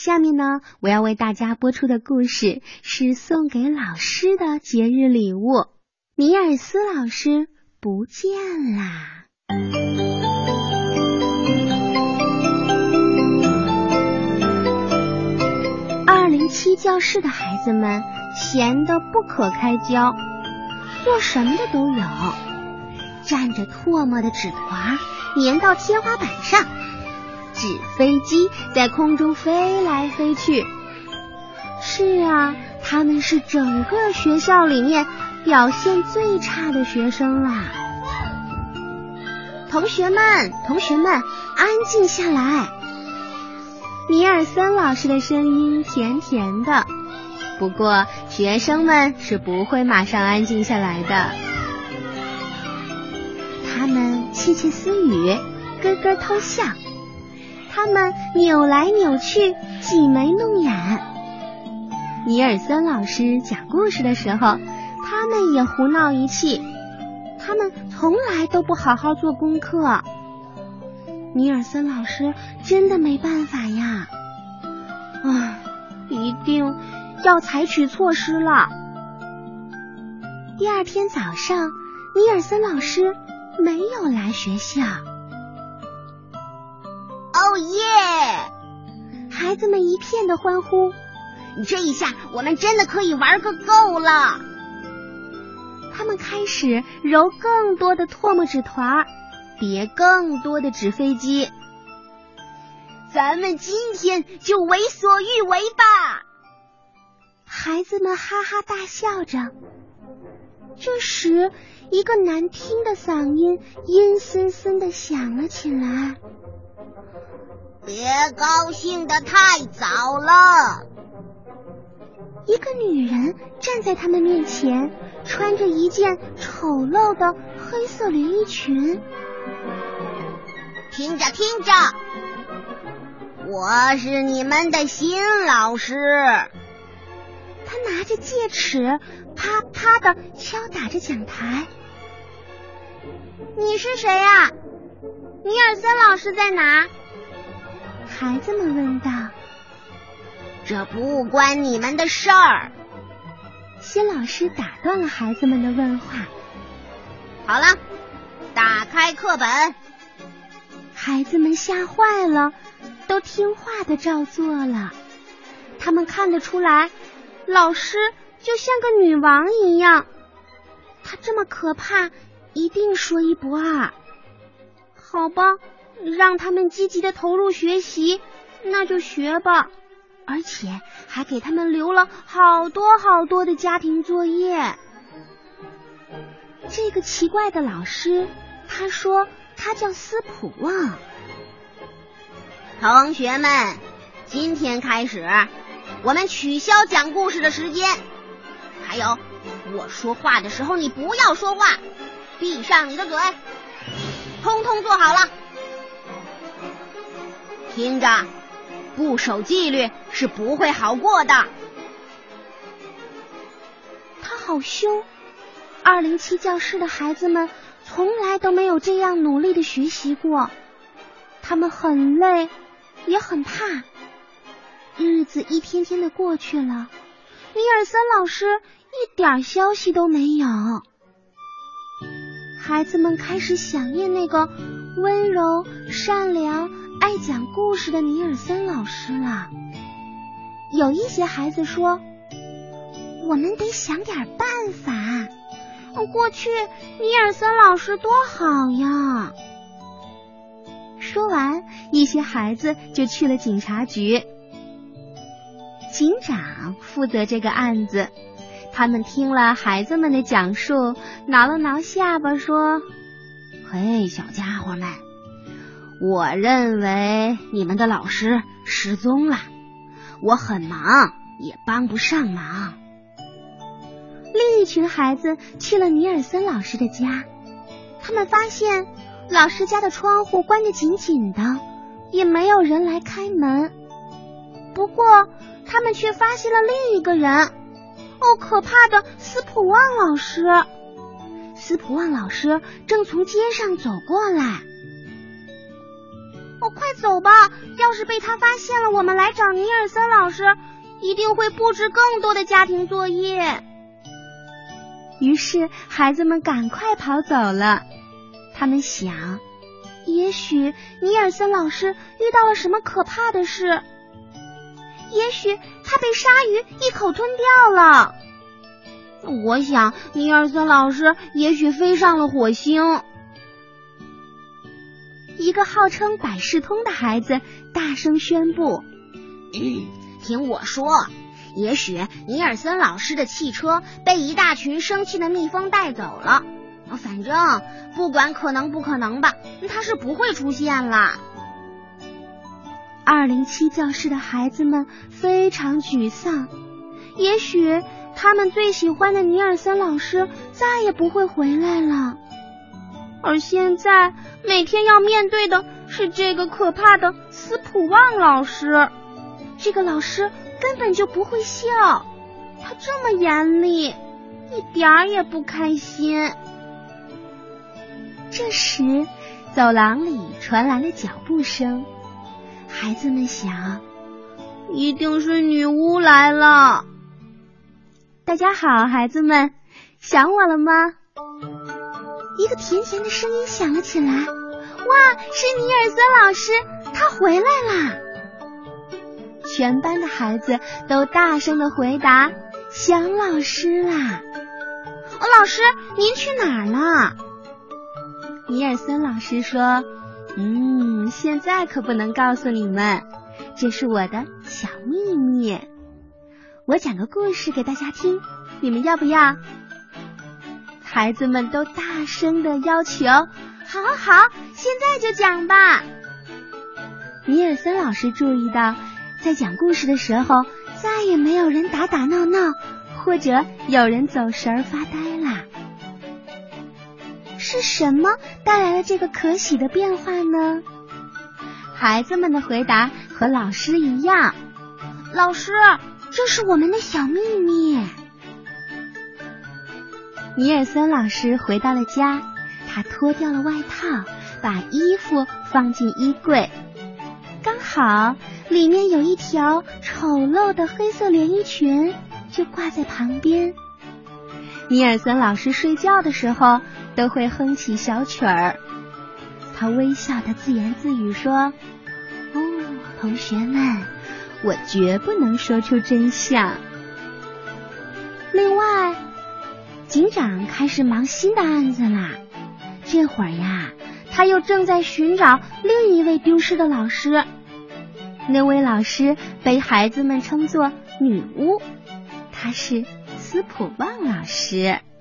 下面呢，我要为大家播出的故事是送给老师的节日礼物。尼尔斯老师不见啦！207教室的孩子们闲得不可开交，做什么的都有，蘸着唾沫的纸团粘到天花板上，纸飞机在空中飞来飞去。是啊，他们是整个学校里面表现最差的学生啦。同学们，安静下来。尼尔森老师的声音甜甜的，不过学生们是不会马上安静下来的。他们窃窃私语，咯咯偷笑，他们扭来扭去，挤眉弄眼。尼尔森老师讲故事的时候，他们也胡闹一气，他们从来都不好好做功课。尼尔森老师真的没办法呀，一定要采取措施了。第二天早上，尼尔森老师没有来学校。 哦耶！ 孩子们一片的欢呼， 这一下我们真的可以玩个够了。 他们开始揉更多的唾沫纸团，叠更多的纸飞机。 咱们今天就为所欲为吧！ 孩子们哈哈大笑着。这时，一个难听的嗓音阴森森地响了起来： 别高兴得太早了！ 一个女人站在他们面前，穿着一件丑陋的黑色连衣裙。 听着，我是你们的新老师。 他拿着戒尺，啪啪地敲打着讲台。 你是谁呀？尼尔森老师在哪？ 孩子们问道。 这不关你们的事儿。 新老师打断了孩子们的问话。 好了，打开课本。 孩子们吓坏了，都听话的照做了。他们看得出来，老师就像个女王一样，她这么可怕，一定说一不二。好吧，让他们积极的投入学习，那就学吧。而且还给他们留了好多的家庭作业。这个奇怪的老师，他说他叫斯普旺。 同学们，今天开始，我们取消讲故事的时间。还有，我说话的时候你不要说话，闭上你的嘴，通通做好了。听着，不守纪律是不会好过的。 他好凶，207教室的孩子们从来都没有这样努力的学习过，他们很累，也很怕。日子一天天的过去了，尼尔森老师一点消息都没有。孩子们开始想念那个温柔、善良、爱讲故事的尼尔森老师了。有一些孩子说，我们得想点办法，过去尼尔森老师多好呀。说完，一些孩子就去了警察局。警长负责这个案子，他们听了孩子们的讲述，挠了挠下巴说：嘿，小家伙们，我认为你们的老师失踪了，我很忙，也帮不上忙。另一群孩子去了尼尔森老师的家，他们发现老师家的窗户关得紧紧的，也没有人来开门。不过他们却发现了另一个人，可怕的斯普旺老师。斯普旺老师正从街上走过来。 快走吧！要是被他发现了我们来找尼尔森老师，一定会布置更多的家庭作业。于是孩子们赶快跑走了。他们想，也许尼尔森老师遇到了什么可怕的事，也许他被鲨鱼一口吞掉了。我想尼尔森老师也许飞上了火星。一个号称百事通的孩子大声宣布， 听我说，也许尼尔森老师的汽车被一大群生气的蜜蜂带走了，反正不管可能不可能吧，他是不会出现了。 207教室的孩子们非常沮丧，也许他们最喜欢的尼尔森老师再也不会回来了。而现在每天要面对的是这个可怕的斯普旺老师。这个老师根本就不会笑，他这么严厉，一点儿也不开心。这时走廊里传来了脚步声，孩子们想，一定是女巫来了。大家好，孩子们，想我了吗？一个甜甜的声音响了起来，哇，是尼尔森老师，他回来啦！全班的孩子都大声地回答，想老师啦。老师，您去哪儿了？尼尔森老师说，现在可不能告诉你们，这是我的小秘密。我讲个故事给大家听，你们要不要？孩子们都大声地要求，好好，现在就讲吧。尼尔森老师注意到，在讲故事的时候，再也没有人打打闹闹，或者有人走神发呆啦。是什么带来了这个可喜的变化呢？孩子们的回答和老师一样，老师，这是我们的小秘密。尼尔森老师回到了家，他脱掉了外套，把衣服放进衣柜，刚好里面有一条丑陋的黑色连衣裙，就挂在旁边。尼尔森老师睡觉的时候都会哼起小曲儿，他微笑地自言自语说，同学们，我绝不能说出真相。另外，警长开始忙新的案子啦。这会儿呀，他又正在寻找另一位丢失的老师。那位老师被孩子们称作女巫，她是斯普旺老师。